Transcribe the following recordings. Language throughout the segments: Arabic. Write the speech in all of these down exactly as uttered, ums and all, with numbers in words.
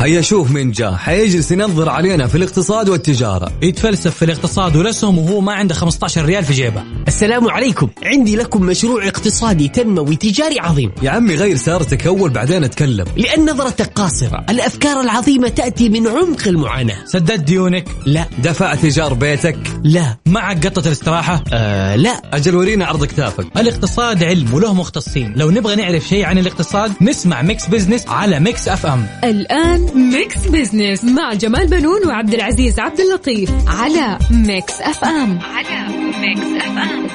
هيا شوف من جاء حيجلس ينظر علينا في الاقتصاد والتجارة، يتفلسف في الاقتصاد ورسم وهو ما عنده خمسة عشر ريال في جيبه. السلام عليكم، عندي لكم مشروع اقتصادي تنموي تجاري عظيم. يا عمي غير سارتك أول بعدين أتكلم. لأن نظرتك قاصرة، الأفكار العظيمة تأتي من عمق المعاناة. سددت ديونك؟ لا. دفعت إيجار بيتك؟ لا. معك قطة الاستراحة؟ آه لا. أجل ورينا عرض كتافك. الاقتصاد علم وله مختصين، لو نبغى نعرف شيء عن الاقتصاد نسمع ميكس بزنس على ميكس اف ام. الآن ميكس بزنس مع جمال بنون وعبد العزيز عبد اللطيف على ميكس اف ام. على ميكس اف ام.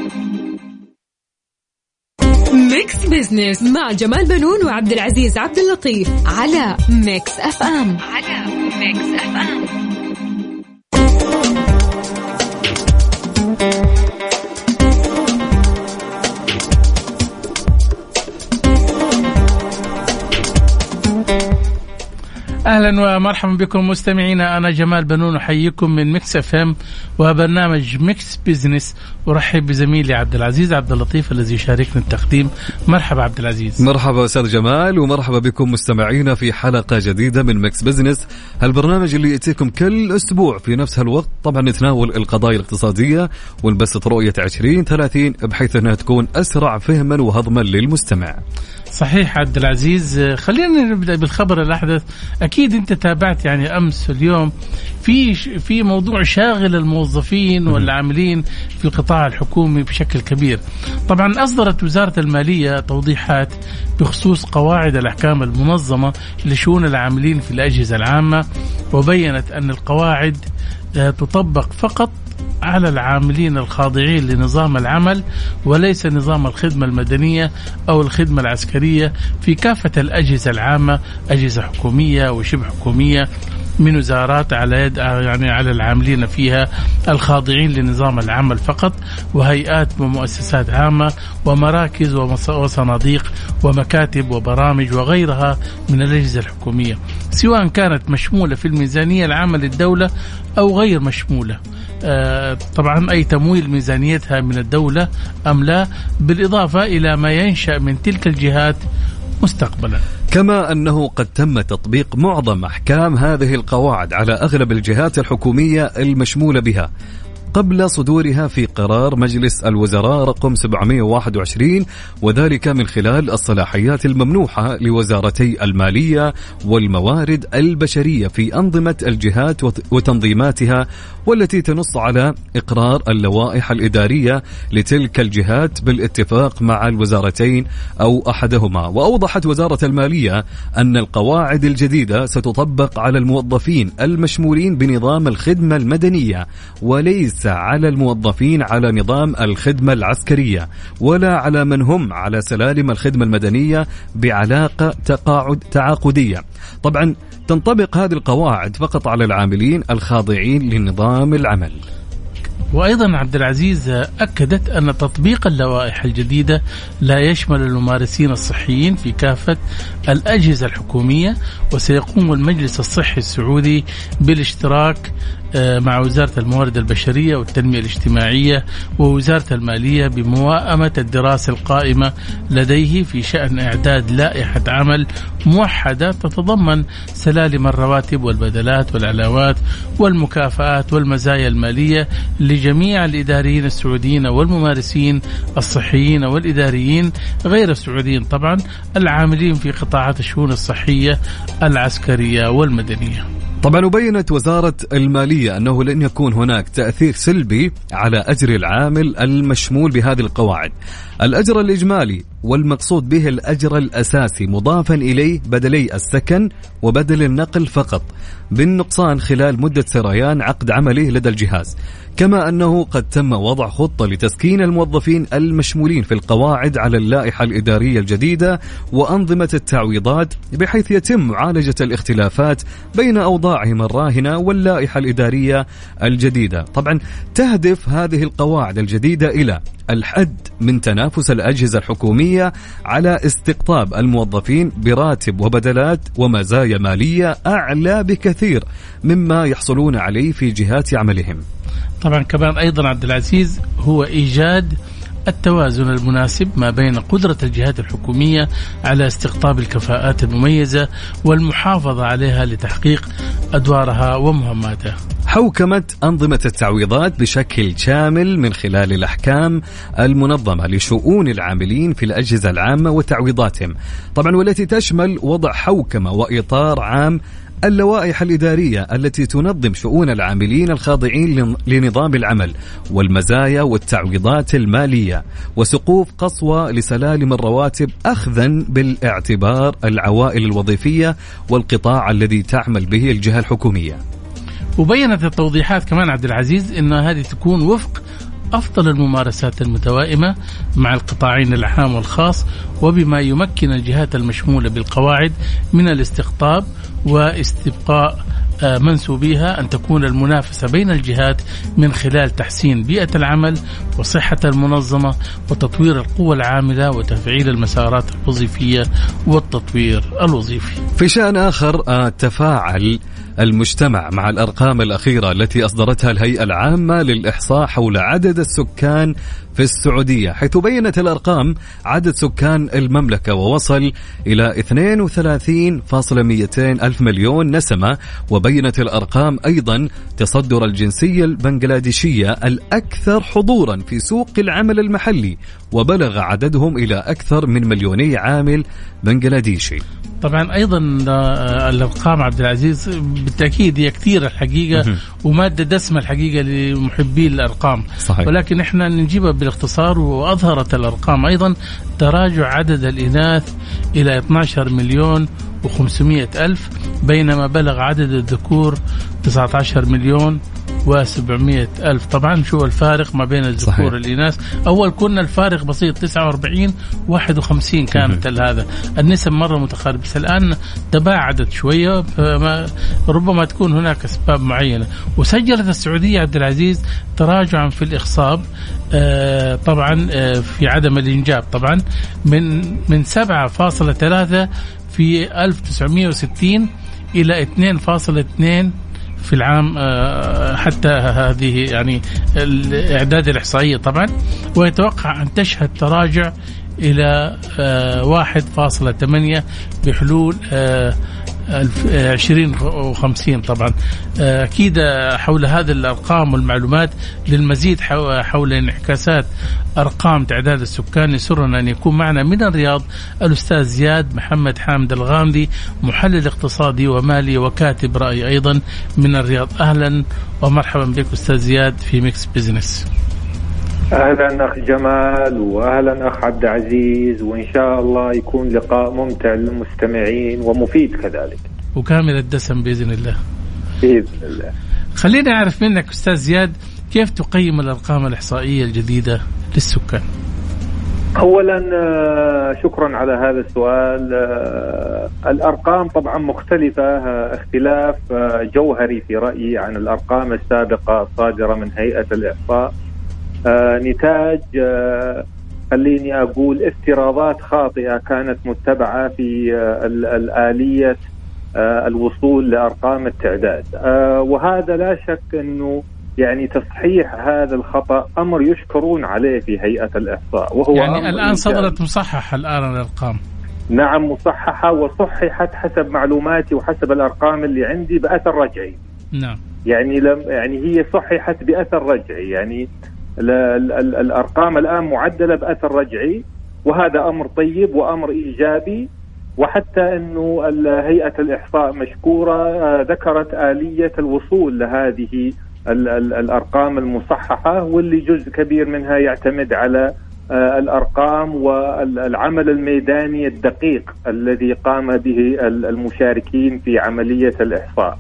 ميكس بزنس مع جمال بنون وعبد العزيز عبد اللطيف على ميكس اف ام. على ميكس اف ام. أهلا ومرحبا بكم مستمعينا، أنا جمال بنون أحييكم من ميكس اف ام وبرنامج ميكس بيزنس. أرحب بزميلي عبد العزيز عبد اللطيف الذي يشاركنا التقديم. مرحبا عبد العزيز. مرحبا أستاذ جمال، ومرحبا بكم مستمعينا في حلقة جديدة من ميكس بيزنس، هالبرنامج اللي يأتيكم كل أسبوع في نفس هالوقت. طبعا نتناول القضايا الاقتصادية ونبسط رؤية عشرين ثلاثين بحيث أنها تكون أسرع فهما وهضما للمستمع. صحيح عبد العزيز، خلينا نبدأ بالخبر الأحدث. أكيد أنت تابعت يعني أمس اليوم في في موضوع شاغل الموظفين والعاملين في القطاع الحكومي بشكل كبير. طبعا أصدرت وزارة المالية توضيحات بخصوص قواعد الأحكام المنظمة لشؤون العاملين في الأجهزة العامة، وبينت أن القواعد تطبق فقط على العاملين الخاضعين لنظام العمل وليس نظام الخدمة المدنية أو الخدمة العسكرية في كافة الأجهزة العامة، أجهزة حكومية وشبه حكومية من وزارات على يد يعني على العاملين فيها الخاضعين لنظام العمل فقط، وهيئات ومؤسسات عامة ومراكز وصناديق ومكاتب وبرامج وغيرها من الأجهزة الحكومية، سواء كانت مشمولة في الميزانية العامة للدولة أو غير مشمولة. آه طبعا أي تمويل ميزانيتها من الدولة أم لا، بالإضافة إلى ما ينشأ من تلك الجهات مستقبلا. كما أنه قد تم تطبيق معظم أحكام هذه القواعد على أغلب الجهات الحكومية المشمولة بها قبل صدورها في قرار مجلس الوزراء رقم سبعمائة وواحد وعشرين، وذلك من خلال الصلاحيات الممنوحة لوزارتي المالية والموارد البشرية في أنظمة الجهات وتنظيماتها، والتي تنص على إقرار اللوائح الإدارية لتلك الجهات بالاتفاق مع الوزارتين أو أحدهما. وأوضحت وزارة المالية أن القواعد الجديدة ستطبق على الموظفين المشمولين بنظام الخدمة المدنية، وليس على الموظفين على نظام الخدمة العسكرية، ولا على من هم على سلالم الخدمة المدنية بعلاقة تقاعد تعاقدية. طبعا تنطبق هذه القواعد فقط على العاملين الخاضعين لنظام العمل. وأيضا عبد العزيز أكدت أن تطبيق اللوائح الجديدة لا يشمل الممارسين الصحيين في كافة الأجهزة الحكومية، وسيقوم المجلس الصحي السعودي بالاشتراك مع وزارة الموارد البشرية والتنمية الاجتماعية ووزارة المالية بموائمة الدراسة القائمة لديه في شأن إعداد لائحة عمل موحدة تتضمن سلالم الرواتب والبدلات والعلاوات والمكافآت والمزايا المالية لجميع الإداريين السعوديين والممارسين الصحيين والإداريين غير السعوديين طبعا العاملين في قطاعات الشؤون الصحية العسكرية والمدنية. طبعا وبينت وزارة المالية أنه لن يكون هناك تأثير سلبي على أجر العامل المشمول بهذه القواعد. الأجر الإجمالي والمقصود به الأجر الأساسي مضافا إليه بدلي السكن وبدل النقل فقط بالنقصان خلال مدة سريان عقد عمله لدى الجهاز. كما أنه قد تم وضع خطة لتسكين الموظفين المشمولين في القواعد على اللائحة الإدارية الجديدة وأنظمة التعويضات، بحيث يتم معالجة الاختلافات بين أوضاعهم الراهنة واللائحة الإدارية الجديدة. طبعا تهدف هذه القواعد الجديدة إلى الحد من تنافس الأجهزة الحكومية على استقطاب الموظفين براتب وبدلات ومزايا مالية أعلى بكثير مما يحصلون عليه في جهات عملهم. طبعا كمان أيضا عبد العزيز هو إيجاد التوازن المناسب ما بين قدرة الجهات الحكومية على استقطاب الكفاءات المميزة والمحافظة عليها لتحقيق أدوارها ومهماتها. حوكمة أنظمة التعويضات بشكل شامل من خلال الأحكام المنظمة لشؤون العاملين في الأجهزة العامة وتعويضاتهم، طبعا والتي تشمل وضع حوكمة وإطار عام اللوائح الإدارية التي تنظم شؤون العاملين الخاضعين لنظام العمل والمزايا والتعويضات المالية، وسقوف قصوى لسلالم الرواتب أخذا بالاعتبار العوائل الوظيفية والقطاع الذي تعمل به الجهة الحكومية. وبينت التوضيحات كمان عبد العزيز أن هذه تكون وفق أفضل الممارسات المتوائمة مع القطاعين العام والخاص، وبما يمكن الجهات المشمولة بالقواعد من الاستقطاب واستبقاء منسوبيها أن تكون المنافسة بين الجهات من خلال تحسين بيئة العمل وصحة المنظمة وتطوير القوى العاملة وتفعيل المسارات الوظيفية والتطوير الوظيفي. في شأن آخر، تفاعل المجتمع مع الأرقام الأخيرة التي أصدرتها الهيئة العامة للإحصاء حول عدد السكان في السعودية، حيث بينت الأرقام عدد سكان المملكة ووصل إلى اثنين وثلاثين فاصلة مئتين ألف مليون نسمة. وبينت الأرقام أيضا تصدر الجنسية البنغلاديشية الأكثر حضورا في سوق العمل المحلي، وبلغ عددهم إلى أكثر من مليوني عامل بنغلاديشي. طبعا أيضا الأرقام عبد العزيز بالتأكيد هي كثيرة الحقيقة ومادة دسمة الحقيقة لمحبي الأرقام، صحيح. ولكن إحنا نجيبها بالاختصار. وأظهرت الأرقام أيضا تراجع عدد الإناث إلى اثني عشر مليون وخمسمائة ألف، بينما بلغ عدد الذكور تسعة عشر مليون وسبعمائة ألف. طبعا شو الفارق ما بين الذكور والإناث؟ أول كنا الفارق بسيط تسعة وأربعين واحد وخمسين كانت هذا النسب مرة متقاربة، بس الآن تباعدت شوية، فما ربما تكون هناك أسباب معينة. وسجلت السعودية عبد العزيز تراجعا في الإخصاب آه طبعا آه في عدم الإنجاب، طبعا من من سبعة فاصلة ثلاثة في ألف وتسعمائة وستين إلى اثنين فاصلة اثنين في العام حتى هذه يعني الإعداد الإحصائية طبعا. ويتوقع أن تشهد تراجع إلى واحد فاصلة ثمانية بحلول عشرين وخمسين. طبعا أكيد حول هذه الأرقام والمعلومات للمزيد حول انعكاسات أرقام تعداد السكان يسرنا أن يكون معنا من الرياض الأستاذ زياد محمد حامد الغامدي، محلل اقتصادي ومالي وكاتب رأي أيضا من الرياض. أهلا ومرحبا بك أستاذ زياد في ميكس بيزنس. أهلا أخ جمال وأهلا أخ عبد العزيز، وإن شاء الله يكون لقاء ممتع للمستمعين ومفيد كذلك وكامل الدسم بإذن الله. بإذن الله. خلينا نعرف منك أستاذ زياد، كيف تقيم الأرقام الإحصائية الجديدة للسكان؟ أولا شكرا على هذا السؤال. الأرقام طبعا مختلفة اختلاف جوهري في رأيي عن الأرقام السابقة الصادرة من هيئة الإحصاء. آه نتاج آه خليني أقول افتراضات خاطئة كانت متبعة في آه الآلية آه الوصول لأرقام التعداد، آه وهذا لا شك أنه يعني تصحيح هذا الخطأ أمر يشكرون عليه في هيئة الإحصاء، وهو يعني الآن صدرت مصححة الآن الأرقام. نعم مصححة وصححت حسب معلوماتي وحسب الأرقام اللي عندي بأثر رجعي. نعم. يعني لم يعني هي صححت بأثر رجعي، يعني الأرقام الآن معدلة بأثر رجعي، وهذا أمر طيب وأمر إيجابي. وحتى أنه هيئة الإحصاء مشكورة ذكرت آلية الوصول لهذه الأرقام المصححة، واللي جزء كبير منها يعتمد على الأرقام والعمل الميداني الدقيق الذي قام به المشاركين في عملية الإحصاء.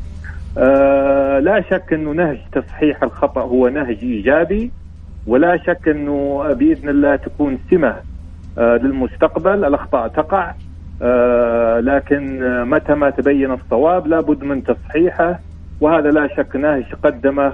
لا شك أنه نهج تصحيح الخطأ هو نهج إيجابي، ولا شك أنه بإذن الله تكون سمة للمستقبل. الأخطاء تقع، لكن متى ما تبين الصواب لابد من تصحيحه، وهذا لا شك نهج قدمه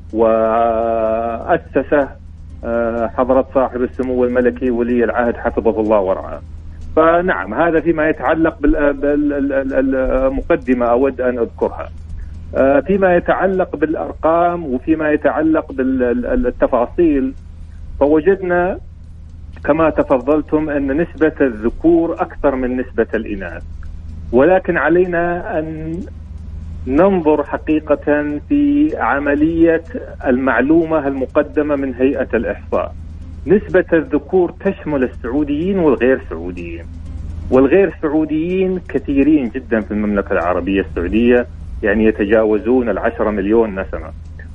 وأسسه حضرة صاحب السمو الملكي ولي العهد حفظه الله ورعاه. فنعم هذا فيما يتعلق بالمقدمة أود أن أذكرها. فيما يتعلق بالأرقام وفيما يتعلق بالتفاصيل، فوجدنا كما تفضلتم أن نسبة الذكور أكثر من نسبة الإناث، ولكن علينا أن ننظر حقيقة في عملية المعلومة المقدمة من هيئة الإحصاء. نسبة الذكور تشمل السعوديين والغير سعوديين، والغير سعوديين كثيرين جدا في المملكة العربية السعودية، يعني يتجاوزون العشرة مليون نسمة.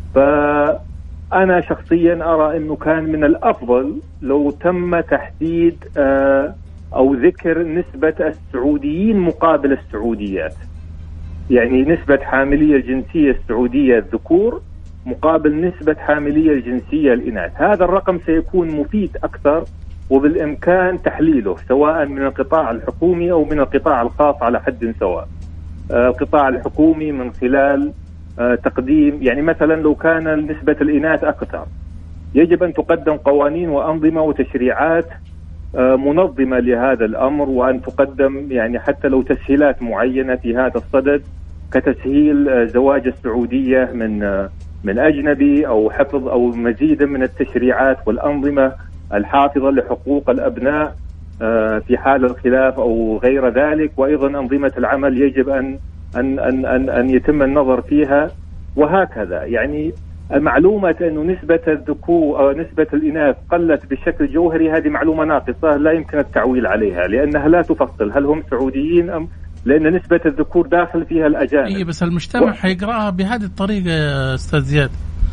فأنا شخصيا أرى أنه كان من الأفضل لو تم تحديد أو ذكر نسبة السعوديين مقابل السعوديات، يعني نسبة حاملية الجنسية السعودية الذكور مقابل نسبة حاملية الجنسية الإناث. هذا الرقم سيكون مفيد أكثر، وبالإمكان تحليله سواء من القطاع الحكومي أو من القطاع الخاص على حد سواء. القطاع الحكومي من خلال تقديم، يعني مثلا لو كان نسبة الإناث أكثر يجب أن تقدم قوانين وأنظمة وتشريعات منظمة لهذا الأمر، وأن تقدم يعني حتى لو تسهيلات معينة في هذا الصدد، كتسهيل زواج السعودية من من أجنبي، أو حفظ أو مزيدا من التشريعات والأنظمة الحافظة لحقوق الأبناء في حال الخلاف أو غير ذلك. وأيضا أنظمة العمل يجب أن أن أن أن, أن يتم النظر فيها، وهكذا. يعني معلومة أنه نسبة الذكور أو نسبة الإناث قلت بشكل جوهري هذه معلومة ناقصة لا يمكن التعويل عليها، لأنها لا تفصل هل هم سعوديين أم، لأن نسبة الذكور داخل فيها الأجانب. إيه بس المجتمع و... حيقرأها بهذه الطريقة يا أستاذ زياد.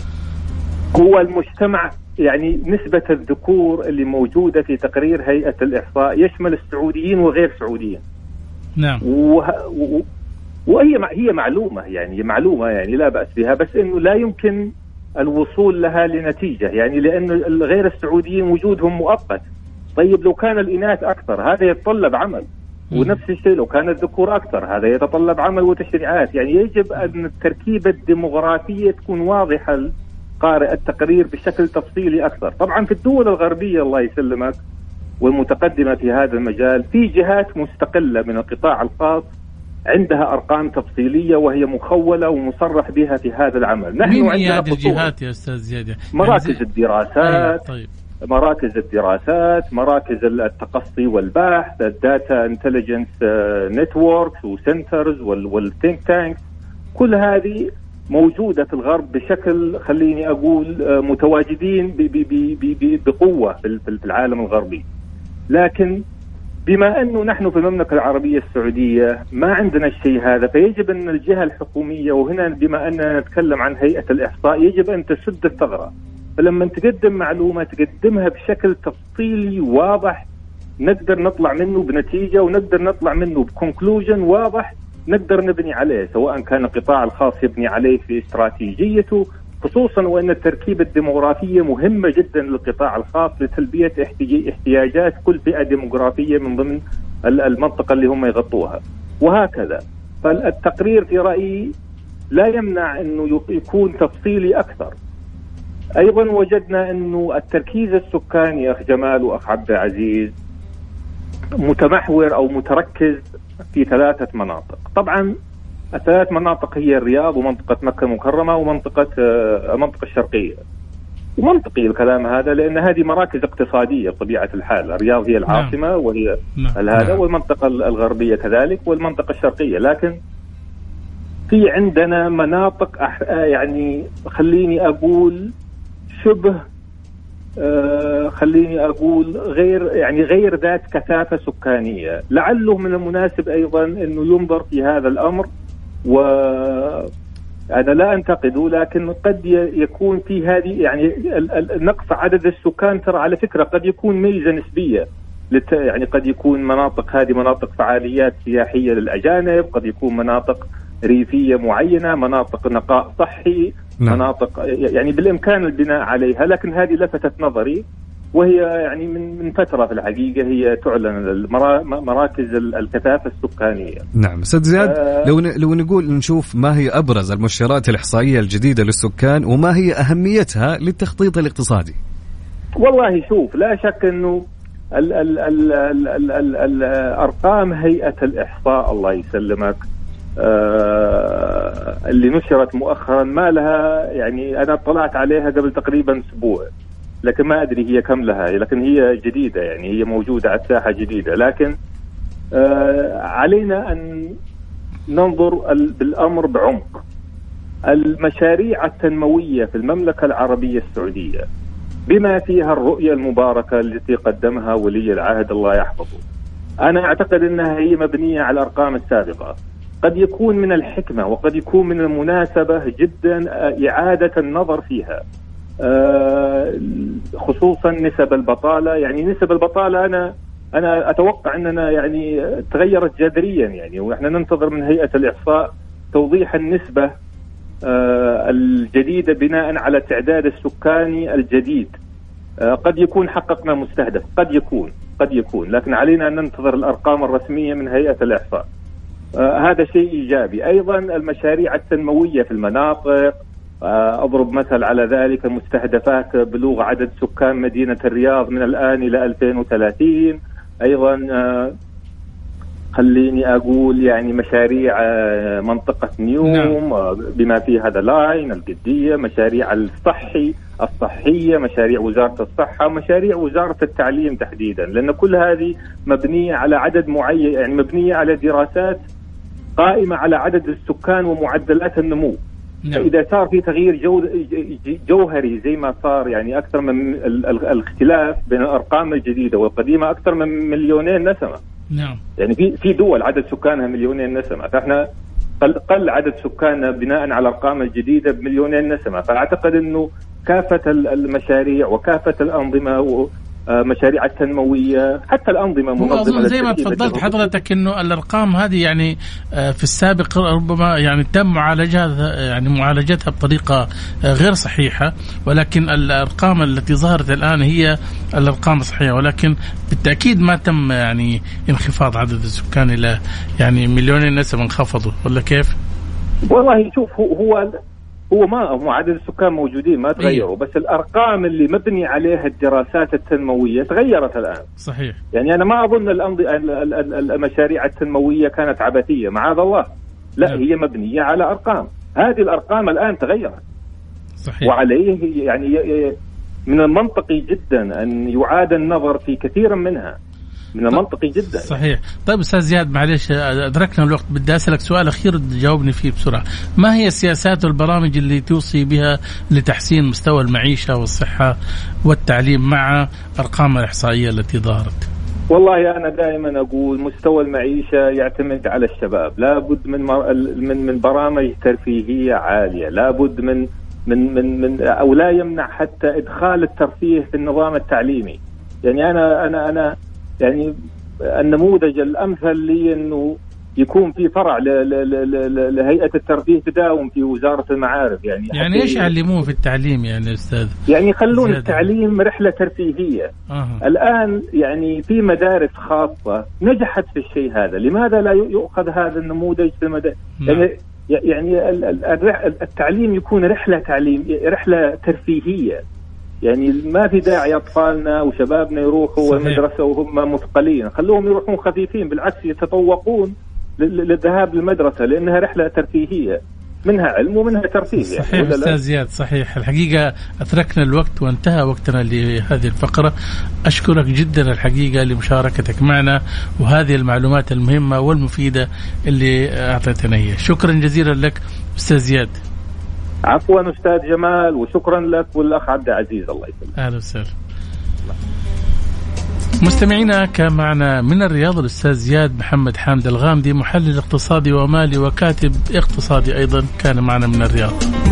هو المجتمع يعني نسبة الذكور اللي موجودة في تقرير هيئة الإحصاء يشمل السعوديين وغير سعوديين. نعم. وه... و... وهي هي معلومة يعني معلومة يعني لا بأس بها، بس إنه لا يمكن الوصول لها لنتيجة، يعني لأن الغير السعوديين وجودهم مؤقت. طيب لو كان الإناث أكثر هذا يتطلب عمل، ونفس الشيء لو كان الذكور أكثر هذا يتطلب عمل وتشريعات. يعني يجب أن التركيبة الديموغرافية تكون واضحة لقارئ التقرير بشكل تفصيلي أكثر. طبعا في الدول الغربية الله يسلمك والمتقدمة في هذا المجال في جهات مستقلة من القطاع الخاص عندها أرقام تفصيلية وهي مخولة ومصرح بها في هذا العمل. نحن مين هي هذه الجهات يا أستاذ زياد؟ مراكز يعني الدراسات. أيوة طيب. مراكز الدراسات، مراكز التقصي والبحث، الداتا انتليجنس نتوركس وسنترز والثينك تانكس، كل هذه موجودة في الغرب بشكل خليني أقول متواجدين بقوة في العالم الغربي. لكن بما أنه نحن في المملكة العربية السعودية ما عندنا الشيء هذا، فيجب أن الجهة الحكومية، وهنا بما أننا نتكلم عن هيئة الإحصاء، يجب أن تسد الثغرة. فلما تقدم معلومة تقدمها بشكل تفصيلي واضح نقدر نطلع منه بنتيجة، ونقدر نطلع منه بكونكلوجن واضح نقدر نبني عليه، سواء كان القطاع الخاص يبني عليه في استراتيجيته، خصوصا وأن التركيبة الديموغرافية مهمة جدا للقطاع الخاص لتلبية احتياجات كل فئة ديموغرافية من ضمن المنطقة اللي هم يغطوها، وهكذا. فالتقرير في رأيي لا يمنع أنه يكون تفصيلي أكثر. أيضا وجدنا أنه التركيز السكاني أخ جمال وأخ عبد العزيز متمحور أو متركز في ثلاثة مناطق. طبعا الثلاث مناطق هي الرياض ومنطقة مكة المكرمة ومنطقة المنطقة الشرقية. ومنطقي الكلام هذا لأن هذه مراكز اقتصادية بطبيعة الحال. الرياض هي العاصمة نعم. وهي نعم. هذا، والمنطقة الغربية كذلك، والمنطقة الشرقية. لكن في عندنا مناطق يعني خليني أقول شبه آه خليني أقول غير يعني غير ذات كثافة سكانية. لعله من المناسب أيضا أنه ينظر في هذا الأمر، وأنا لا أنتقده، لكن قد يكون في هذه يعني نقص عدد السكان ترى على فكرة قد يكون ميزة نسبية. يعني قد يكون مناطق هذه مناطق فعاليات سياحية للأجانب، قد يكون مناطق ريفية معينة، مناطق نقاء صحي، نعم. مناطق يعني بالإمكان البناء عليها. لكن هذه لفتت نظري، وهي يعني من من فترة في الحقيقة هي تعلن مراكز الكثافة السكانية. نعم أستاذ زياد، آه لو لو نقول نشوف ما هي أبرز المؤشرات الإحصائية الجديدة للسكان وما هي أهميتها للتخطيط الاقتصادي؟ والله شوف، لا شك إنه ال ال ال ال ال ال ال أرقام هيئة الإحصاء الله يسلمك آه اللي نشرت مؤخرا ما لها، يعني أنا اطلعت عليها قبل تقريبا أسبوع، لكن ما أدري هي كم لها، لكن هي جديدة يعني هي موجودة على الساحة جديدة. لكن آه علينا أن ننظر بالأمر بعمق. المشاريع التنموية في المملكة العربية السعودية بما فيها الرؤية المباركة التي قدمها ولي العهد الله يحفظه، أنا أعتقد أنها هي مبنية على الأرقام السابقة. قد يكون من الحكمة وقد يكون من المناسبة جدا إعادة النظر فيها، خصوصا نسب البطالة. يعني نسب البطالة أنا أنا أتوقع أننا يعني تغيرت جذريا يعني، ونحن ننتظر من هيئة الإحصاء توضيح النسبة الجديدة بناء على التعداد السكاني الجديد. قد يكون حققنا مستهدف، قد يكون قد يكون لكن علينا أن ننتظر الأرقام الرسمية من هيئة الإحصاء. هذا شيء إيجابي. أيضا المشاريع التنموية في المناطق، أضرب مثل على ذلك مستهدفات بلوغ عدد سكان مدينة الرياض من الآن إلى ألفين وثلاثين. أيضا خليني أقول يعني مشاريع منطقة نيوم بما فيه هذا لاين القدية، مشاريع الصحي الصحية، مشاريع وزارة الصحة، مشاريع وزارة التعليم تحديدا، لأن كل هذه مبنية على عدد معين، يعني مبنية على دراسات قائمة على عدد السكان ومعدلات النمو. إذا صار في تغيير جو جوهري زي ما صار يعني أكثر من الاختلاف بين الأرقام الجديدة والقديمة أكثر من مليونين نسمة. نعم. يعني في في دول عدد سكانها مليونين نسمة، فإحنا قل, قل عدد سكاننا بناء على الأرقام الجديدة بمليونين نسمة. فأعتقد إنه كافة المشاريع وكافة الأنظمة مشاريع التنموية حتى الأنظمة منظمة زي ما تفضلت حضرتك إنه الأرقام هذه يعني في السابق ربما يعني تم معالجتها يعني معالجتها بطريقة غير صحيحة، ولكن الأرقام التي ظهرت الآن هي الأرقام الصحيحة، ولكن بالتأكيد ما تم يعني انخفاض عدد السكان إلى يعني مليونين نسمة انخفضوا، ولا كيف؟ والله شوف هو هو هو ما هو عدد السكان موجودين ما تغيروا، بس الأرقام اللي مبني عليها الدراسات التنموية تغيرت الآن. صحيح. يعني أنا ما أظن المشاريع التنموية كانت عبثية معاذ الله، لا نعم. هي مبنية على أرقام، هذه الأرقام الآن تغيرت. صحيح. وعليه يعني من المنطقي جدا أن يعاد النظر في كثير منها، من المنطقي جدا. صحيح. طيب أستاذ زياد معلش أدركنا الوقت، بدي أسألك سؤال أخير تجاوبني فيه بسرعة. ما هي السياسات والبرامج اللي توصي بها لتحسين مستوى المعيشة والصحة والتعليم مع أرقام الإحصائية التي ظهرت؟ والله أنا دائما أقول مستوى المعيشة يعتمد على الشباب، لابد من من من برامج ترفيهية عالية، لابد من من من من أو لا يمنع حتى إدخال الترفيه في النظام التعليمي. يعني أنا أنا أنا يعني النموذج الأمثل لي أنه يكون في فرع لهيئة الترفيه تداوم في وزارة المعارف. يعني يعني إيش يعلموه في التعليم يعني أستاذ؟ يعني يخلون التعليم رحلة ترفيهية. آه. الآن يعني في مدارس خاصة نجحت في الشيء هذا، لماذا لا يؤخذ هذا النموذج في المدارس؟ يعني يعني التعليم يكون رحلة تعليم رحلة ترفيهية. يعني ما في داعي أطفالنا وشبابنا يروحوا المدرسة وهم مثقلين، خلوهم يروحون خفيفين، بالعكس يتطوقون للذهاب للمدرسة لأنها رحلة ترفيهية، منها علم ومنها ترفيه. صحيح يعني أستاذ زياد، صحيح. الحقيقة أتركنا الوقت وانتهى وقتنا لهذه الفقرة. أشكرك جدا الحقيقة لمشاركتك معنا وهذه المعلومات المهمة والمفيدة اللي أعطيتنا إياها. شكرا جزيلا لك أستاذ زياد. عفوا أستاذ جمال، وشكرا لك والأخ عبد العزيز. الله يسلمك. أهلا وسهلا. مستمعينا، كان معنا من الرياض الأستاذ زياد محمد حامد الغامدي، محلل اقتصادي ومالي وكاتب اقتصادي أيضا، كان معنا من الرياض.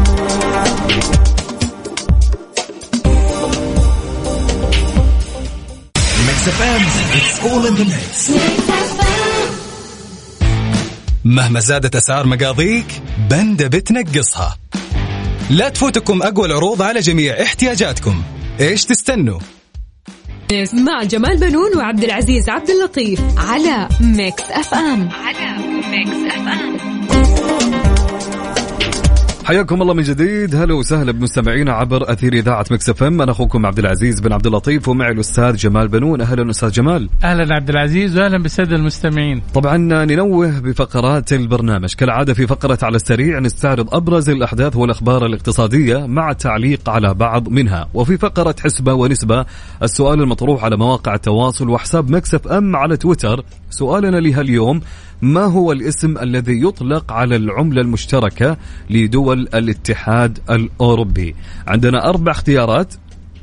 مهما زادت أسعار مقاضيك بند بتنقصها. لا تفوتكم أقوى العروض على جميع احتياجاتكم. إيش تستنوا؟ مع جمال بنون وعبد العزيز عبد اللطيف على ميكس اف ام. على ميكس اف ام. حياكم الله من جديد. هلا وسهلا بمستمعينا عبر أثير إذاعة مكس اف ام. أنا أخوكم عبد العزيز بن عبد اللطيف ومعي الأستاذ جمال بنون. أهلا أستاذ جمال. أهلا عبد العزيز وأهلا بالسادة المستمعين. طبعا ننوه بفقرات البرنامج كالعادة. في فقرة على السريع نستعرض أبرز الأحداث والأخبار الاقتصادية مع تعليق على بعض منها. وفي فقرة حسبة ونسبة السؤال المطروح على مواقع التواصل وحساب مكس اف ام على تويتر. سؤالنا لها اليوم: ما هو الاسم الذي يطلق على العملة المشتركة لدول الاتحاد الأوروبي؟ عندنا أربع اختيارات: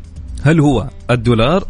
هل هو الدولار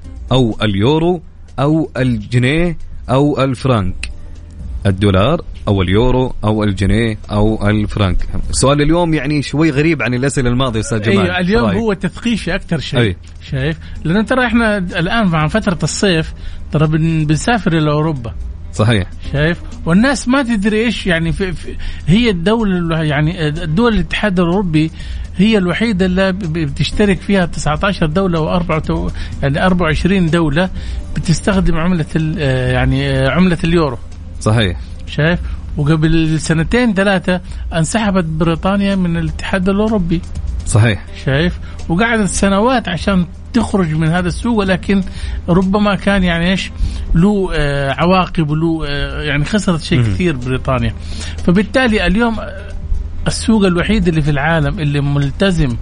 أو اليورو أو الجنيه أو الفرنك؟ الدولار أو اليورو أو الجنيه أو الفرنك. سؤال اليوم يعني شوي غريب عن الأسئلة الماضية أستاذ جمال. أيه اليوم رأيك؟ هو تثقيفي أكثر شيء. أيه. شايف لأن ترى إحنا الآن مع فترة الصيف ترى بنسافر إلى أوروبا. صحيح. شايف والناس ما تدري إيش يعني في في هي الدولة يعني الدول الاتحاد الأوروبي هي الوحيدة اللي بتشترك فيها تسعة عشر دولة وأربعة يعني أربعة وعشرين دولة بتستخدم عملة يعني عملة اليورو. صحيح. شايف وقبل سنتين ثلاثة انسحبت بريطانيا من الاتحاد الأوروبي. صحيح. شايف وقعدت سنوات عشان تخرج من هذا السوق، ولكن ربما كان يعني ايش له آه عواقب وله آه يعني خسرت شيء كثير بريطانيا. فبالتالي اليوم السوق الوحيد اللي في العالم اللي ملتزم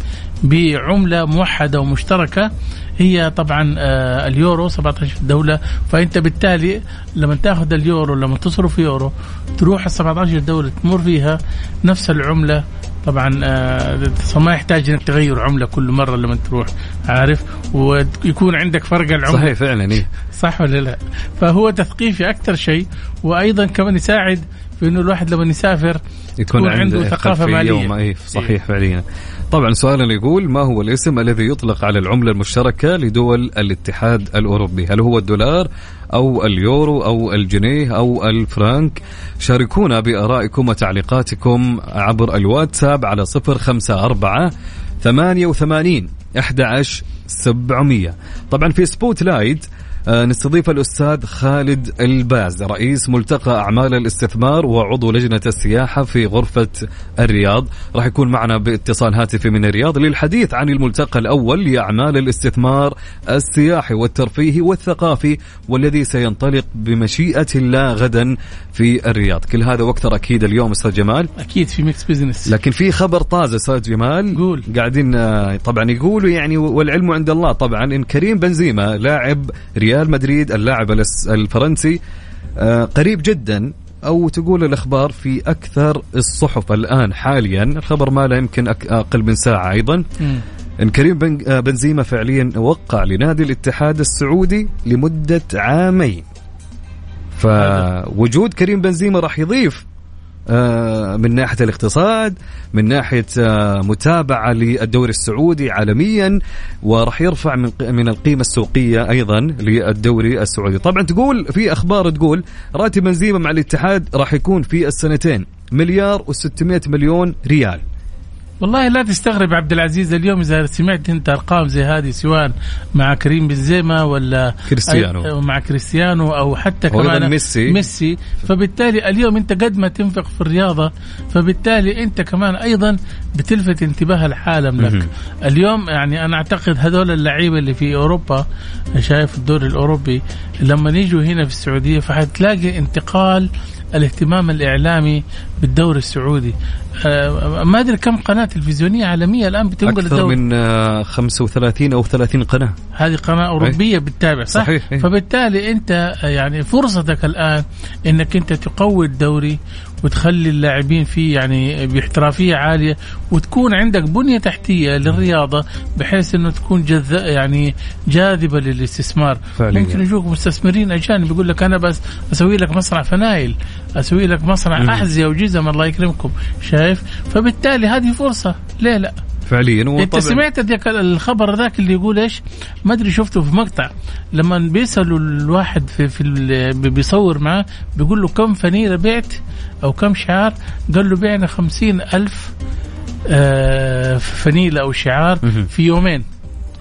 بعملة موحدة ومشتركة هي طبعا آه اليورو، سبعة عشر دولة. فأنت بالتالي لما تأخذ اليورو لما تصرف يورو تروح السبعة عشر دولة تمر فيها نفس العملة. طبعا آه ما يحتاج انك تغير عملة كل مرة لما تروح، عارف، ويكون عندك فرق العملة. صحيح فعلا. إيه؟ صح ولا لا؟ فهو تثقيفي أكثر شيء، وأيضا كمان يساعد في إنه الواحد لما يسافر يكون عنده, عنده ثقافة مالية. إيه صحيح فعليا. طبعا سؤالنا يقول: ما هو الاسم الذي يطلق على العملة المشتركة لدول الاتحاد الأوروبي؟ هل هو الدولار أو اليورو أو الجنيه أو الفرنك؟ شاركونا بآرائكم وتعليقاتكم عبر الواتساب على صفر خمسة أربعة ثمانية وثمانين أحد عشر سبعمية. طبعا في سبوت لايت نستضيف الأستاذ خالد الباز رئيس ملتقى أعمال الاستثمار وعضو لجنة السياحة في غرفة الرياض. راح يكون معنا باتصال هاتفي من الرياض للحديث عن الملتقى الأول لأعمال الاستثمار السياحي والترفيهي والثقافي والذي سينطلق بمشيئة الله غدا في الرياض. كل هذا وأكثر أكيد اليوم أستاذ جمال. أكيد في ميكس بيزنس. لكن في خبر طازة أستاذ جمال. قول. قاعدين طبعا يقولوا يعني والعلم عند الله طبعا إن كريم بنزيما لاعب ريال مدريد اللاعب الفرنسي قريب جدا، أو تقول الأخبار في أكثر الصحف الآن حاليا، الخبر ما لا يمكن أقل من ساعة أيضا، م. إن كريم بنزيما فعليا وقع لنادي الاتحاد السعودي لمدة عامين. فوجود كريم بنزيما راح يضيف من ناحية الاقتصاد، من ناحية متابعة للدوري السعودي عالميا، ورح يرفع من من القيمة السوقية أيضا للدوري السعودي. طبعا تقول في أخبار تقول راتب بنزيما مع الاتحاد راح يكون في السنتين مليار وستمائة مليون ريال. والله لا تستغرب عبد العزيز اليوم إذا سمعت أنت أرقام زي هذه سواء مع كريم بنزيما ولا كريستيانو مع كريستيانو أو حتى كمان ميسي. ميسي. فبالتالي اليوم أنت قد ما تنفق في الرياضة فبالتالي أنت كمان أيضا بتلفت انتباه العالم لك. م-م. اليوم يعني أنا أعتقد هذول اللعيبة اللي في أوروبا شايف الدوري الأوروبي لما نيجوا هنا في السعودية فحتلاقي انتقال الاهتمام الإعلامي بالدوري السعودي. آه ما أدري كم قناة تلفزيونية عالمية الآن بتنقل أكثر الدوري. من آه خمسة وثلاثين أو ثلاثين قناة. هذه قناة أوروبية بتتابع صح؟ صحيح. فبالتالي أنت يعني فرصتك الآن إنك أنت تقوي الدوري وتخلي اللاعبين فيه يعني باحترافية عالية، وتكون عندك بنية تحتية للرياضة بحيث إنه تكون جذ يعني جاذبة للاستثمار. فعليا. ممكن يجوك مستثمرين أجانب يقول لك أنا بس أسوي لك مصنع فنايل، أسوي لك مصنع أحذية وجزم الله يكرمكم، شايف؟ فبالتالي هذه فرصة، ليه لا؟ فعليا. انت سمعت ذاك الخبر ذاك اللي يقول ايش؟ ما ادري شفته في مقطع لما بيسالوا الواحد في في بيصور معه بيقول له كم فنيله بعت او كم شعار، قال له بعنا خمسين ألف آه فنيله او شعار في يومين.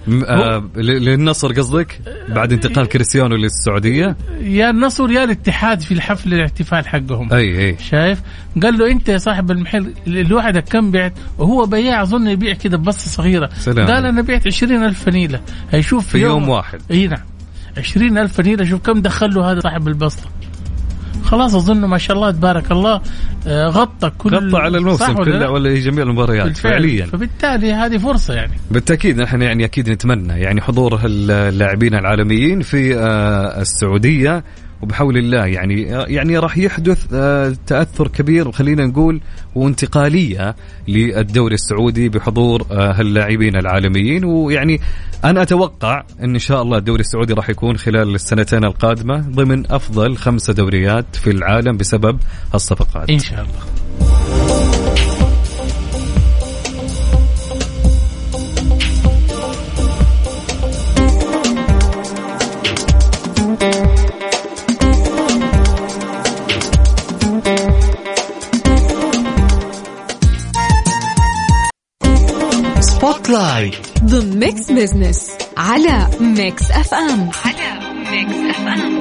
آه للنصر قصدك بعد انتقال كريستيانو للسعودية؟ يا النصر يا الاتحاد في الحفل الاحتفال حقهم. أي أي شايف قال له أنت يا صاحب المحل الواحد كم بعت؟ وهو بياع أظن يبيع كده ببصة صغيرة. سلام. قال أنا بعت عشرين ألف فنيلة. هيشوف في يوم, يوم واحد. إيه نعم عشرين ألف فنيلة. شوف كم دخله هذا صاحب البسطة. خلاص أظن ما شاء الله تبارك الله غطى كل غطى على الموسم كله ولا جميع المباريات فعليا. فبالتالي هذه فرصة يعني. بالتأكيد نحن يعني أكيد نتمنى يعني حضور اللاعبين العالميين في السعودية، وبحول الله يعني يعني راح يحدث تأثر كبير خلينا نقول وانتقالية للدوري السعودي بحضور هاللاعبين العالميين. ويعني أنا أتوقع أن إن شاء الله الدوري السعودي راح يكون خلال السنتين القادمة ضمن أفضل خمسة دوريات في العالم بسبب هالصفقات إن شاء الله. لايت ضمن ميكس بزنس على ميكس اف ام. على ميكس اف ام.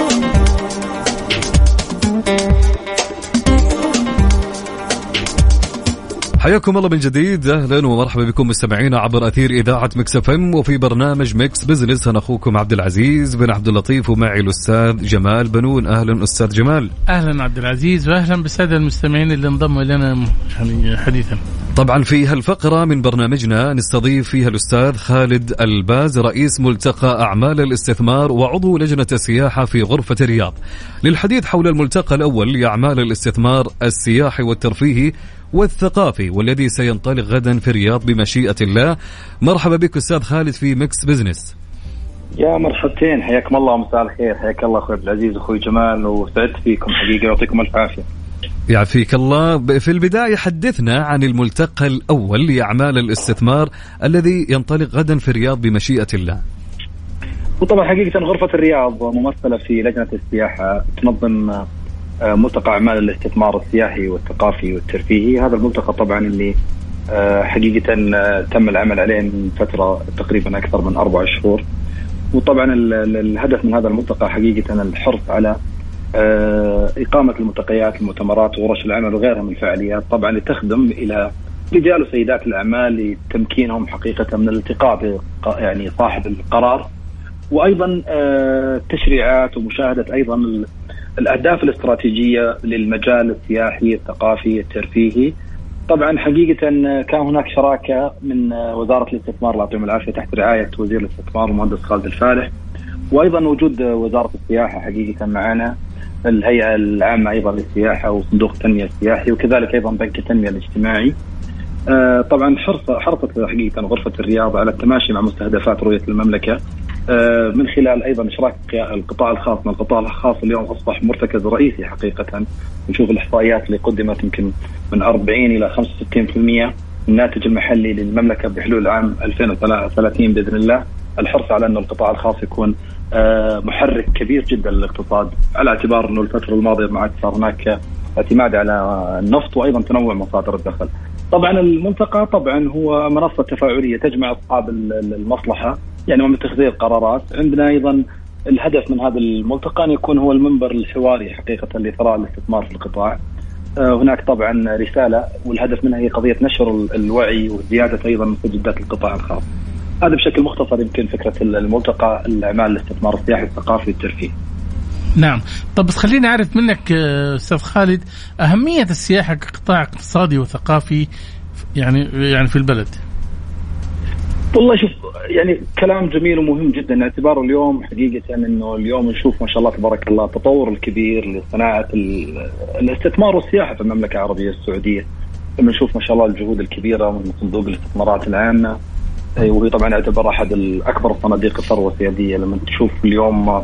حياكم الله من جديد، اهلا ومرحبا بكم مستمعينا عبر اثير اذاعه ميكس اف ام وفي برنامج ميكس بزنس. انا اخوكم عبد العزيز بن عبد اللطيف ومعي الاستاذ جمال بنون. اهلا استاذ جمال. اهلا عبد العزيز واهلا بالساده المستمعين اللي انضموا الينا يعني حديثا. طبعا في هالفقرة من برنامجنا نستضيف فيها الأستاذ خالد الباز رئيس ملتقى أعمال الاستثمار وعضو لجنة السياحة في غرفة الرياض للحديث حول الملتقى الأول لأعمال الاستثمار السياحي والترفيهي والثقافي والذي سينطلق غدا في الرياض بمشيئة الله. مرحبا بك أستاذ خالد في ميكس بزنس. يا مرحبتين، حياكم الله ومساء الخير. حياك الله أخوي العزيز أخوي جمال وسعدت فيكم حقيقة ويعطيكم الف عافية. يعافيك الله. في البداية حدثنا عن الملتقى الأول لأعمال الاستثمار الذي ينطلق غدا في الرياض بمشيئة الله. وطبعا حقيقة غرفة الرياض ممثلة في لجنة السياحة تنظم ملتقى أعمال الاستثمار السياحي والثقافي والترفيهي. هذا الملتقى طبعا اللي حقيقة تم العمل عليه من فترة تقريبا أكثر من أربع شهور. وطبعا الهدف من هذا الملتقى حقيقة الحرص على إقامة الملتقيات المؤتمرات وورش العمل وغيرها من الفعاليات طبعا لتخدم إلى رجال وسيدات الأعمال لتمكينهم حقيقة من الالتقاء يعني صاحب القرار، وأيضا تشريعات ومشاهدة أيضا الأهداف الاستراتيجية للمجال السياحي الثقافي الترفيهي. طبعا حقيقة كان هناك شراكة من وزارة الاستثمار الله يعطيهم العافية تحت رعاية وزير الاستثمار المهندس خالد الفالح، وأيضا وجود وزارة السياحة حقيقة معنا، الهيئة العامة أيضا للسياحة وصندوق التنمية السياحي وكذلك أيضا بنك التنمية الاجتماعي. آه طبعا حرص حرصت حقيقة غرفة الرياض على التماشي مع مستهدفات رؤية المملكة آه من خلال أيضا إشراك القطاع الخاص. من القطاع الخاص اليوم أصبح مرتكز رئيسي حقيقة. نشوف الإحصائيات اللي قدمت يمكن من أربعين إلى خمسة وستين بالمئة الناتج المحلي للمملكة بحلول عام ألفين وثلاثين بإذن الله. الحرص على أن القطاع الخاص يكون آه محرك كبير جدا للاقتصاد، على اعتبار أنه الفترة الماضية مع صار هناك اعتماد على النفط وأيضا تنوع مصادر الدخل. طبعا الملتقى طبعا هو منصة تفاعلية تجمع أصحاب المصلحة يعني ومتخذي القرارات. عندنا أيضا الهدف من هذا الملتقى أن يكون هو المنبر الحواري حقيقة لثراء الاستثمار في القطاع. آه هناك طبعا رسالة والهدف منها هي قضية نشر الوعي وزيادة أيضا مستجدات القطاع الخاص. هذا بشكل مختصر يمكن فكرة الملتقى الأعمال الاستثمار السياحي الثقافي والترفيه. نعم. طب بس خليني أعرف منك أستاذ خالد أهمية السياحة كقطاع اقتصادي وثقافي يعني يعني في البلد. والله شوف يعني كلام جميل ومهم جدا، اعتباره اليوم حقيقة إنه اليوم نشوف ما شاء الله تبارك الله التطور الكبير لصناعة الاستثمار والسياحة في المملكة العربية السعودية. لما نشوف ما شاء الله الجهود الكبيرة من صندوق الاستثمارات العامة وهي طبعا اعتبر أحد الأكبر الصناديق الثروة السيادية. لما تشوف اليوم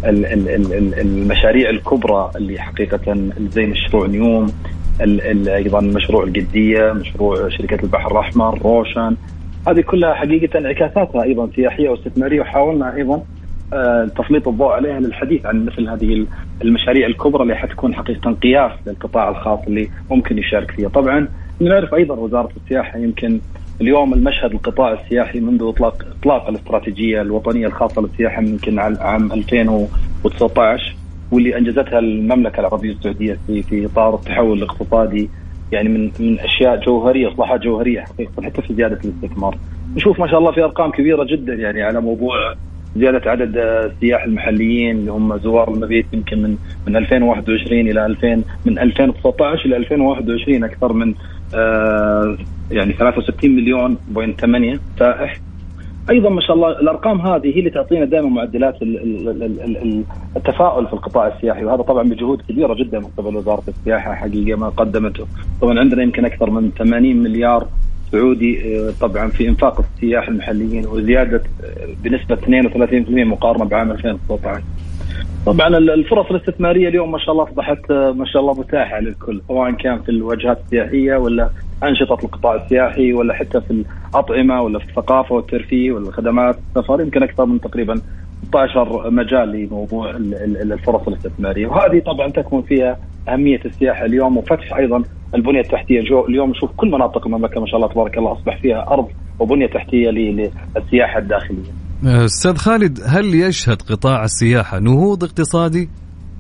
المشاريع الكبرى اللي حقيقة زي مشروع نيوم، أيضا مشروع القدية، مشروع شركة البحر الأحمر، روشن، هذه كلها حقيقة انعكاساتها أيضا سياحية واستثمارية، وحاولنا أيضا تسليط الضوء عليها للحديث عن مثل هذه المشاريع الكبرى اللي حتكون حقيقة قياس للقطاع الخاص اللي ممكن يشارك فيها. طبعا نعرف أيضا وزارة السياحة يمكن اليوم المشهد القطاع السياحي منذ اطلاق اطلاق الاستراتيجيه الوطنيه الخاصه للسياحه يمكن عام ألفين وتسعة عشر، واللي انجزتها المملكه العربيه السعوديه في في اطار التحول الاقتصادي، يعني من من اشياء جوهريه، اصلاحات جوهريه حقيقه حتى في زياده الاستثمار. نشوف ما شاء الله في ارقام كبيره جدا يعني على موضوع زياده عدد السياح المحليين اللي هم زوار المبيت، يمكن من من ألفين وواحد وعشرين الى ألفين من ألفين وتسعة عشر الى ألفين وواحد وعشرين اكثر من آه يعني ثلاثة وستين مليون بوينت ثمانية سائح. ايضا ما شاء الله الارقام هذه هي اللي تعطينا دائما معدلات التفاؤل في القطاع السياحي، وهذا طبعا بجهود كبيره جدا من قبل وزاره السياحه حقيقه ما قدمته. طبعا عندنا يمكن اكثر من ثمانين مليار سعودي طبعا في انفاق السياح المحليين، وزياده بنسبه اثنين وثلاثين بالمئة مقارنه بعام ألفين وتسعة عشر. طبعا الفرص الاستثماريه اليوم ما شاء الله اصبحت ما شاء الله متاحه للكل، سواء كان في الوجهات السياحيه ولا انشطه القطاع السياحي ولا حتى في الاطعمه ولا في الثقافه والترفيه ولا خدمات السفر. يمكن اكثر من تقريبا ستة عشر مجال لموضوع الفرص الاستثماريه، وهذه طبعا تكمن فيها اهميه السياحه اليوم، وفتح ايضا البنيه التحتيه. اليوم نشوف كل مناطق المملكه ما شاء الله تبارك الله اصبح فيها ارض وبنيه تحتيه للسياحه الداخليه. استاذ خالد، هل يشهد قطاع السياحه نهوض اقتصادي؟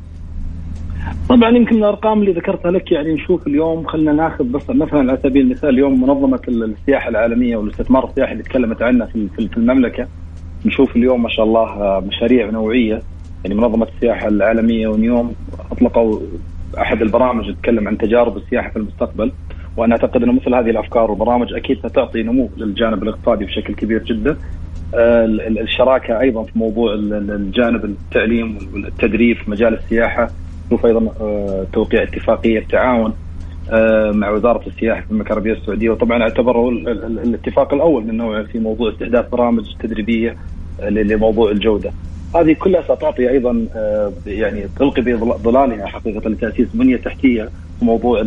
طبعا يمكن الارقام اللي ذكرتها لك، يعني نشوف اليوم خلينا ناخذ بس مثلا على سبيل المثال اليوم منظمه السياحه العالميه والاستثمار السياحي اللي تكلمت عنها في في المملكه، نشوف اليوم ما شاء الله مشاريع نوعيه. يعني منظمه السياحه العالميه ونيوم اطلقوا احد البرامج تتكلم عن تجارب السياحه في المستقبل، وانا اعتقد ان مثل هذه الافكار والبرامج اكيد ستعطي نمو للجانب الاقتصادي بشكل كبير جدا. الشراكه ايضا في موضوع الجانب التعليم والتدريب في مجال السياحه، نشوف ايضا توقيع اتفاقيه تعاون مع وزاره السياحه في المملكه العربيه السعوديه، وطبعا اعتبره الاتفاق الاول من نوعه في موضوع استحداث برامج تدريبيه لموضوع الجوده. هذه كلها ستعطي ايضا يعني تلقي بظلالها حقيقه لتاسيس بنيه تحتيه في موضوع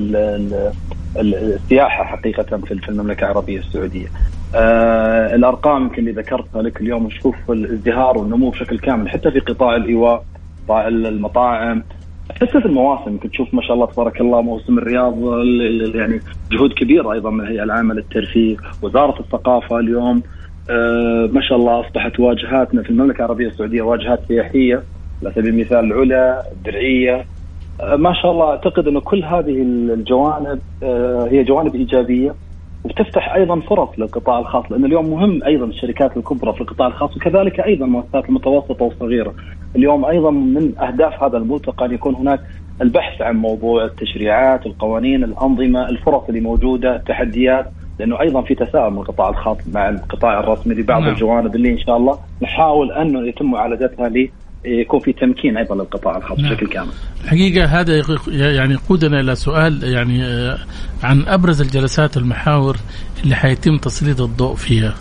السياحه حقيقه في المملكه العربيه السعوديه. آه الارقام يمكن اللي ذكرتها لك اليوم نشوف الازدهار والنمو بشكل كامل، حتى في قطاع الايواء، قطاع المطاعم، حتى في المواسم يمكن تشوف ما شاء الله تبارك الله موسم الرياض يعني جهود كبيره ايضا من الهيئه العامه للترفيه، وزاره الثقافه اليوم آه ما شاء الله اصبحت واجهاتنا في المملكه العربيه السعوديه واجهات سياحيه على سبيل المثال العلا، الدرعيه، آه ما شاء الله. اعتقد انه كل هذه الجوانب آه هي جوانب ايجابيه، وتفتح ايضا فرص للقطاع الخاص، لان اليوم مهم ايضا الشركات الكبرى في القطاع الخاص، وكذلك ايضا المؤسسات المتوسطه والصغيره. اليوم ايضا من اهداف هذا الملتقى ان يكون هناك البحث عن موضوع التشريعات، القوانين، الانظمه، الفرص اللي موجوده، التحديات، لانه ايضا في تساؤل من القطاع الخاص مع القطاع الرسمي لبعض نعم. الجوانب اللي ان شاء الله نحاول انه يتم معالجتها لي يكون في تمكين ايضا للقطاع الخاص نعم. بشكل كامل. الحقيقه هذا يعني يقودنا الى سؤال يعني عن ابرز الجلسات المحاور اللي حيتم تسليط الضوء فيها.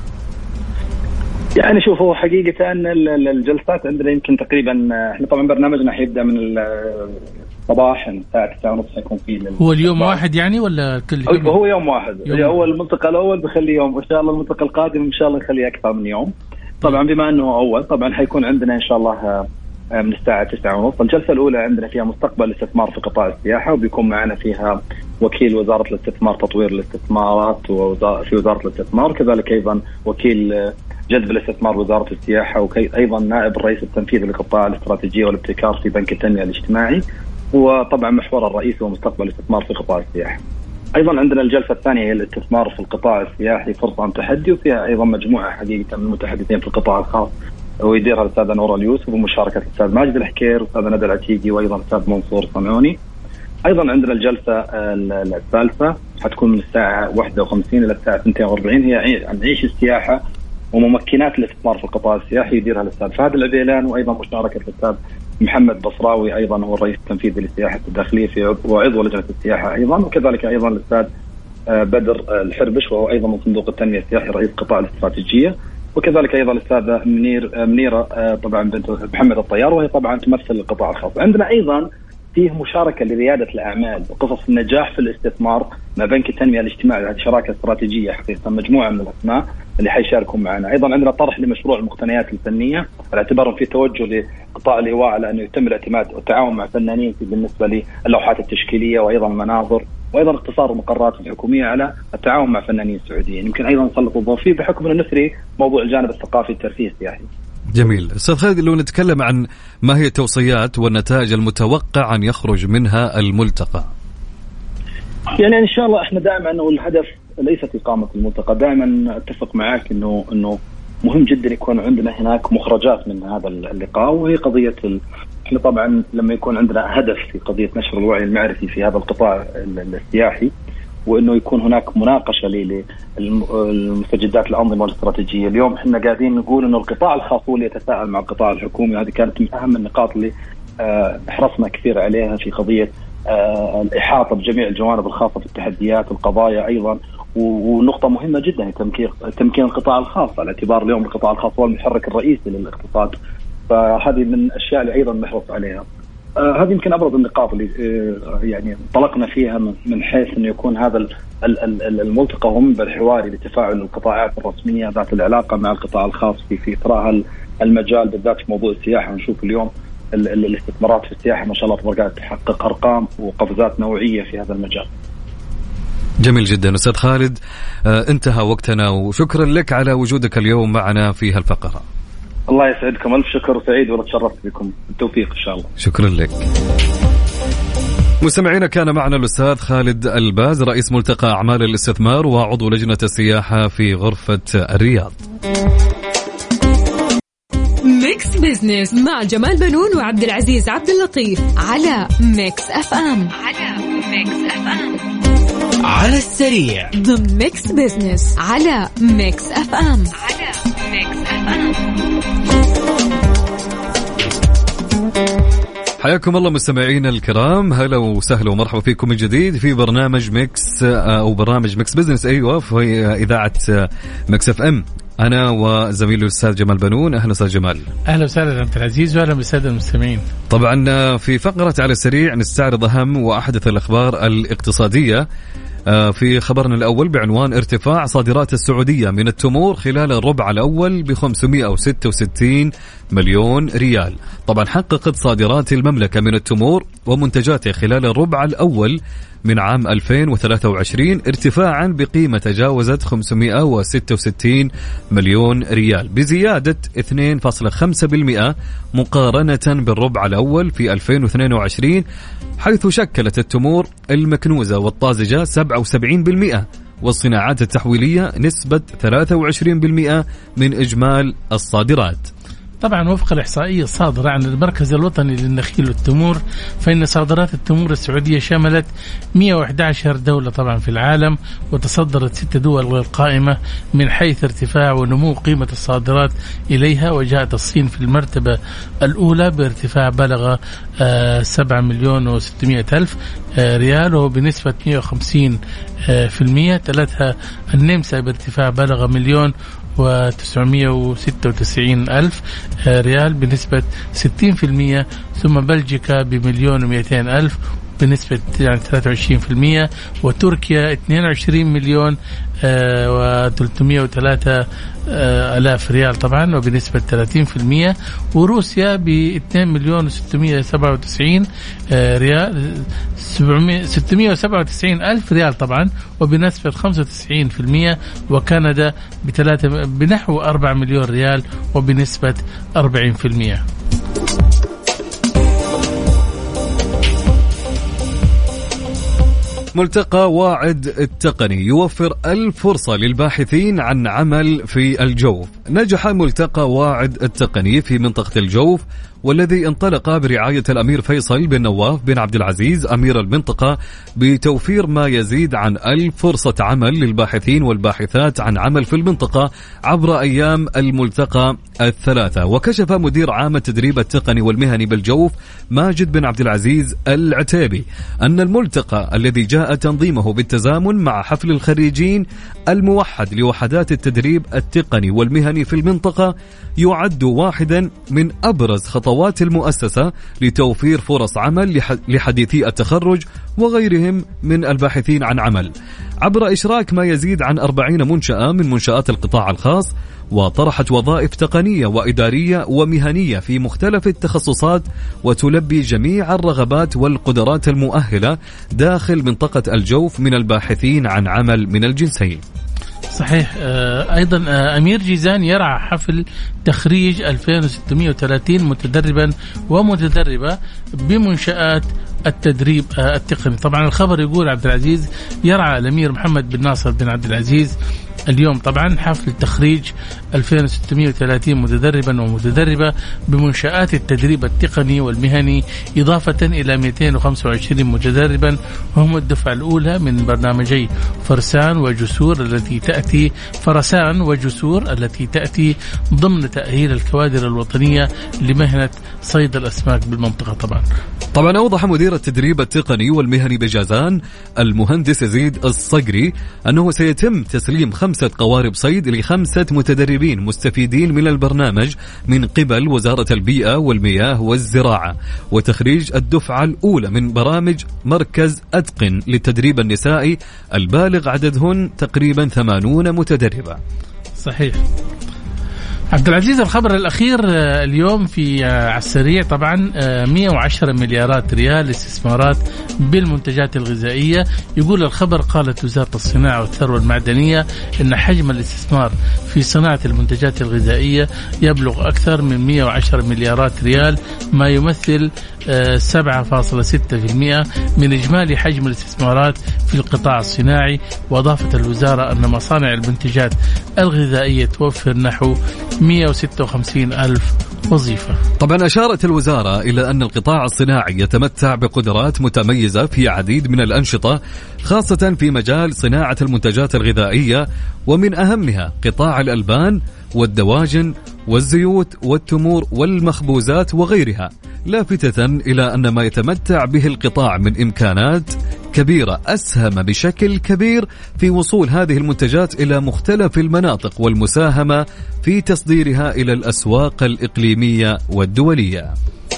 يعني شوف هو حقيقه ان الجلسات عندنا يمكن تقريبا احنا طبعا برنامجنا حيبدا من الصباح الساعه تسعة ونص حيكون في هو اليوم واحد يعني ولا كل يوم؟ هو يوم واحد. يوم اول الملتقى الاول بخليه يوم، وان شاء الله الملتقى القادم ان شاء الله نخليه اكثر من يوم. طبعا بما انه اول طبعا حيكون عندنا ان شاء الله من الساعه تسعة ونص. الجلسه الاولى عندنا فيها مستقبل الاستثمار في قطاع السياحه، وبيكون معنا فيها وكيل وزاره الاستثمار تطوير الاستثمارات في وزاره الاستثمار، كذلك ايضا وكيل جذب الاستثمار وزاره السياحه، وايضا نائب الرئيس التنفيذي لقطاع الاستراتيجيه والابتكار في بنك التنميه الاجتماعي، وطبعا محور الرئيسي هو مستقبل الاستثمار في قطاع السياحه. ايضا عندنا الجلسه الثانيه هي الاستثمار في القطاع السياحي فرصه ام تحدي، وفيها ايضا مجموعه حقيقه من المتحدثين في القطاع الخاص، ويديرها الاستاذه نورة اليوسف ومشاركه الاستاذ ماجد الحكير والاستاذ ندى العتيقي وايضا الاستاذ منصور صنعوني. ايضا عندنا الجلسه الثالثه حتكون من الساعه واحدة وخمسين الى الساعه اثنين وأربعين، هي عن عيش السياحه وممكنات الاستثمار في القطاع السياحي، يديرها الاستاذ فهد العبيلان، وايضا مشاركه الاستاذ محمد بصراوي ايضا هو الرئيس التنفيذي للسياحه الداخليه في وعضو لجنه السياحه ايضا، وكذلك ايضا الاستاذ بدر الحربش وهو ايضا من صندوق التنميه السياحي رئيس قطاع الاستراتيجيه، وكذلك ايضا الاستاذه منير منيره طبعا بنت محمد الطيار وهي طبعا تمثل القطاع الخاص. عندنا ايضا فيه مشاركه لرياده الاعمال وقصص النجاح في الاستثمار مع بنك التنميه الاجتماعي، هذه شراكه استراتيجيه حقيقه مجموعه من الاسماء اللي حيشاركوا معنا. ايضا عندنا طرح لمشروع المقتنيات الفنيه على اعتبار في توجه لقطاع الايواء على انه يتم الاعتماد والتعاون مع فنانين بالنسبه للوحات التشكيليه وايضا المناظر وأيضا اختصار المقرات الحكومية على التعاون مع فنانين سعوديين. يمكن أيضا نسلط الضوء فيه بحكم أنه نثري موضوع الجانب الثقافي الترفيهي السياحي. جميل. أستاذ خالد، لو نتكلم عن ما هي التوصيات والنتائج المتوقع أن يخرج منها الملتقى؟ يعني إن شاء الله إحنا دائما أنه الهدف ليست إقامة الملتقى، دائما أتفق معك أنه أنه مهم جدا يكون عندنا هناك مخرجات من هذا اللقاء، وهي قضية ال... احنا طبعا لما يكون عندنا هدف في قضية نشر الوعي المعرفي في هذا القطاع السياحي، وانه يكون هناك مناقشة للمستجدات الأنظمة والاستراتيجية. اليوم احنا قاعدين نقول انه القطاع الخاص هو اللي يتساءل مع القطاع الحكومي، وهذه كانت من اهم النقاط اللي احرصنا كثير عليها في قضية الإحاطة بجميع الجوانب الخاصة بالتحديات والقضايا أيضا. ونقطة مهمة جدا تمكين تمكين القطاع الخاص، على اعتبار اليوم القطاع الخاص هو المحرك الرئيسي للاقتصاد، فهذه من الأشياء اللي أيضا نحرص عليها. آه هذه يمكن أبرز النقاط اللي آه يعني انطلقنا فيها من حيث أن يكون هذا الملتقى هو منبر حواري لتفاعل القطاعات الرسمية ذات العلاقة مع القطاع الخاص في في إثراء المجال بالذات في موضوع السياحة. ونشوف اليوم الاستثمارات في السياحة ما شاء الله تبارك تحقق أرقام وقفزات نوعية في هذا المجال. جميل جدا أستاذ خالد، آه انتهى وقتنا، وشكرا لك على وجودك اليوم معنا في هالفقرة. الله يسعدكم، ألف شكر وسعيد وتشرفت بكم، بالتوفيق إن شاء الله. شكرا لك. مستمعينا، كان معنا الأستاذ خالد الباز رئيس ملتقى أعمال الاستثمار وعضو لجنة السياحة في غرفة الرياض. ميكس بيزنس مع جمال بنون وعبد العزيز عبد اللطيف على ميكس اف ام. على ميكس اف ام على السريع ضمن ميكس بيزنس على ميكس اف ام. على ميكس اف ام. حياكم الله مستمعينا الكرام، هلا وسهلا ومرحبا فيكم من جديد في برنامج ميكس او برنامج ميكس بيزنس، ايوه، في اذاعه ميكس اف ام. أنا وزميلي الأستاذ جمال بنون. أهلا أستاذ جمال. أهلا وسهلا عبد العزيز، وأهلا بالسادة المستمعين. طبعا في فقرة على السريع نستعرض أهم وأحدث الأخبار الاقتصادية. في خبرنا الأول بعنوان ارتفاع صادرات السعودية من التمور خلال الربع الأول ب خمسمائة وستة وستين مليون ريال. طبعا حققت صادرات المملكة من التمور ومنتجاتها خلال الربع الأول من عام ألفين وثلاثة وعشرين ارتفاعا بقيمة تجاوزت خمسمائة وستة وستين مليون ريال بزيادة اثنين فاصلة خمسة بالمئة مقارنة بالربع الأول في ألفين واثنين وعشرين، حيث شكلت التمور المكنوزة والطازجة سبعة وسبعين بالمئة والصناعات التحويلية نسبة ثلاثة وعشرين بالمئة من إجمال الصادرات. طبعا وفق الإحصائية الصادرة عن المركز الوطني للنخيل والتمور، فإن صادرات التمور السعودية شملت مئة وإحدى عشر دولة طبعا في العالم، وتصدرت ست دول القائمة من حيث ارتفاع ونمو قيمة الصادرات إليها، وجاءت الصين في المرتبة الأولى بارتفاع بلغ سبعة مليون وستمائة ألف ريال وبنسبة مئة وخمسين في المئة. تلتها النمسا بارتفاع بلغ مليون وتسعمائة وستة وتسعين ألف ريال بنسبة ستين في المئة، ثم بلجيكا بمليون ومئتين ألف بنسبة يعني ثلاثة وعشرين في المئة، وتركيا اثنين وعشرين مليون وثلاثمائة وثلاثة ألاف ريال طبعا وبنسبة ثلاثين في المئة، وروسيا باثنين مليون وستمائة وسبعة وتسعين ريال ستمائة وسبعة وتسعين ألف ريال طبعا وبنسبة خمسة وتسعين في المئة، وكندا بثلاثة بنحو أربعة مليون ريال وبنسبة أربعين في المئة. ملتقى واعد التقني يوفر الفرصة للباحثين عن عمل في الجوف. نجح ملتقى واعد التقني في منطقة الجوف، والذي انطلق برعاية الأمير فيصل بن نواف بن عبد العزيز أمير المنطقة، بتوفير ما يزيد عن ألف فرصة عمل للباحثين والباحثات عن عمل في المنطقة عبر أيام الملتقى الثلاثة. وكشف مدير عام التدريب التقني والمهني بالجوف ماجد بن عبد العزيز العتيبي أن الملتقى الذي جاء تنظيمه بالتزامن مع حفل الخريجين الموحد لوحدات التدريب التقني والمهني في المنطقة يعد واحدا من أبرز خطوات خطوات المؤسسة لتوفير فرص عمل لحديثي التخرج وغيرهم من الباحثين عن عمل عبر إشراك ما يزيد عن أربعين منشأة من منشآت القطاع الخاص، وطرحت وظائف تقنية وإدارية ومهنية في مختلف التخصصات وتلبي جميع الرغبات والقدرات المؤهلة داخل منطقة الجوف من الباحثين عن عمل من الجنسين. صحيح. أيضا أمير جيزان يرعى حفل تخريج ألفين وستمائة وثلاثين متدربا ومتدربة بمنشآت التدريب التقني. طبعا الخبر يقول عبد العزيز يرعى الأمير محمد بن ناصر بن عبد العزيز اليوم طبعا حفل تخريج ألفين وستمائة وثلاثين متدربا ومتدربة بمنشآت التدريب التقني والمهني، إضافة إلى مئتين وخمسة وعشرين متدربا وهم الدفعة الأولى من برنامجي فرسان وجسور التي تأتي فرسان وجسور التي تأتي ضمن تأهيل الكوادر الوطنية لمهنة صيد الأسماك بالمنطقة. طبعا طبعا أوضح مدير التدريب التقني والمهني بجازان المهندس يزيد الصقري أنه سيتم تسليم خمسة قوارب صيد لخمسة متدربين مستفيدين من البرنامج من قبل وزارة البيئة والمياه والزراعة، وتخريج الدفعة الأولى من برامج مركز أتقن للتدريب النسائي البالغ عددهن تقريبا ثمانون متدربة. صحيح. عبد العزيز الخبر الأخير اليوم في على السريع طبعا مئة وعشرة مليارات ريال استثمارات بالمنتجات الغذائية. يقول الخبر قالت وزارة الصناعة والثروة المعدنية إن حجم الاستثمار في صناعة المنتجات الغذائية يبلغ أكثر من مئة وعشرة مليارات ريال، ما يمثل سبعة فاصلة ستة بالمئة من إجمالي حجم الاستثمارات في القطاع الصناعي. وأضافت الوزارة أن مصانع المنتجات الغذائية توفر نحو مئة وستة وخمسين ألف وظيفة. طبعا أشارت الوزارة إلى أن القطاع الصناعي يتمتع بقدرات متميزة في عديد من الأنشطة، خاصة في مجال صناعة المنتجات الغذائية، ومن أهمها قطاع الألبان والدواجن والزيوت والتمور والمخبوزات وغيرها، لافتة إلى أن ما يتمتع به القطاع من إمكانات كبيرة أسهم بشكل كبير في وصول هذه المنتجات إلى مختلف المناطق والمساهمة في تصديرها إلى الأسواق الإقليمية والدولية.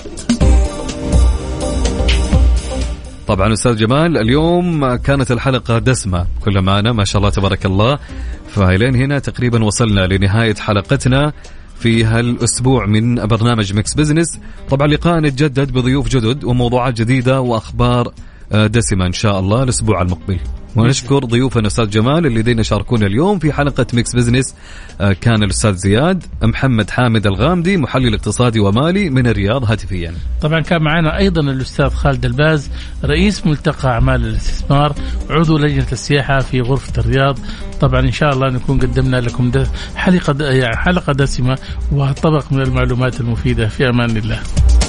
طبعا أستاذ جمال اليوم كانت الحلقة دسمة كل معنا ما شاء الله تبارك الله، فإلين هنا تقريبا وصلنا لنهاية حلقتنا في هالأسبوع من برنامج ميكس بزنس. طبعا لقاء نتجدد بضيوف جدد وموضوعات جديدة وأخبار دسمة إن شاء الله الأسبوع المقبل. ونشكر ضيوفنا أستاذ جمال اللي دينا شاركونا اليوم في حلقة ميكس بزنس. كان الأستاذ زياد محمد حامد الغامدي محلل اقتصادي ومالي من الرياض هاتفيا. طبعا كان معنا أيضا الأستاذ خالد الباز رئيس ملتقى أعمال الاستثمار عضو لجنة السياحة في غرفة الرياض. طبعا إن شاء الله نكون قدمنا لكم حلقة حلقة دسمة وطبق من المعلومات المفيدة. في أمان الله.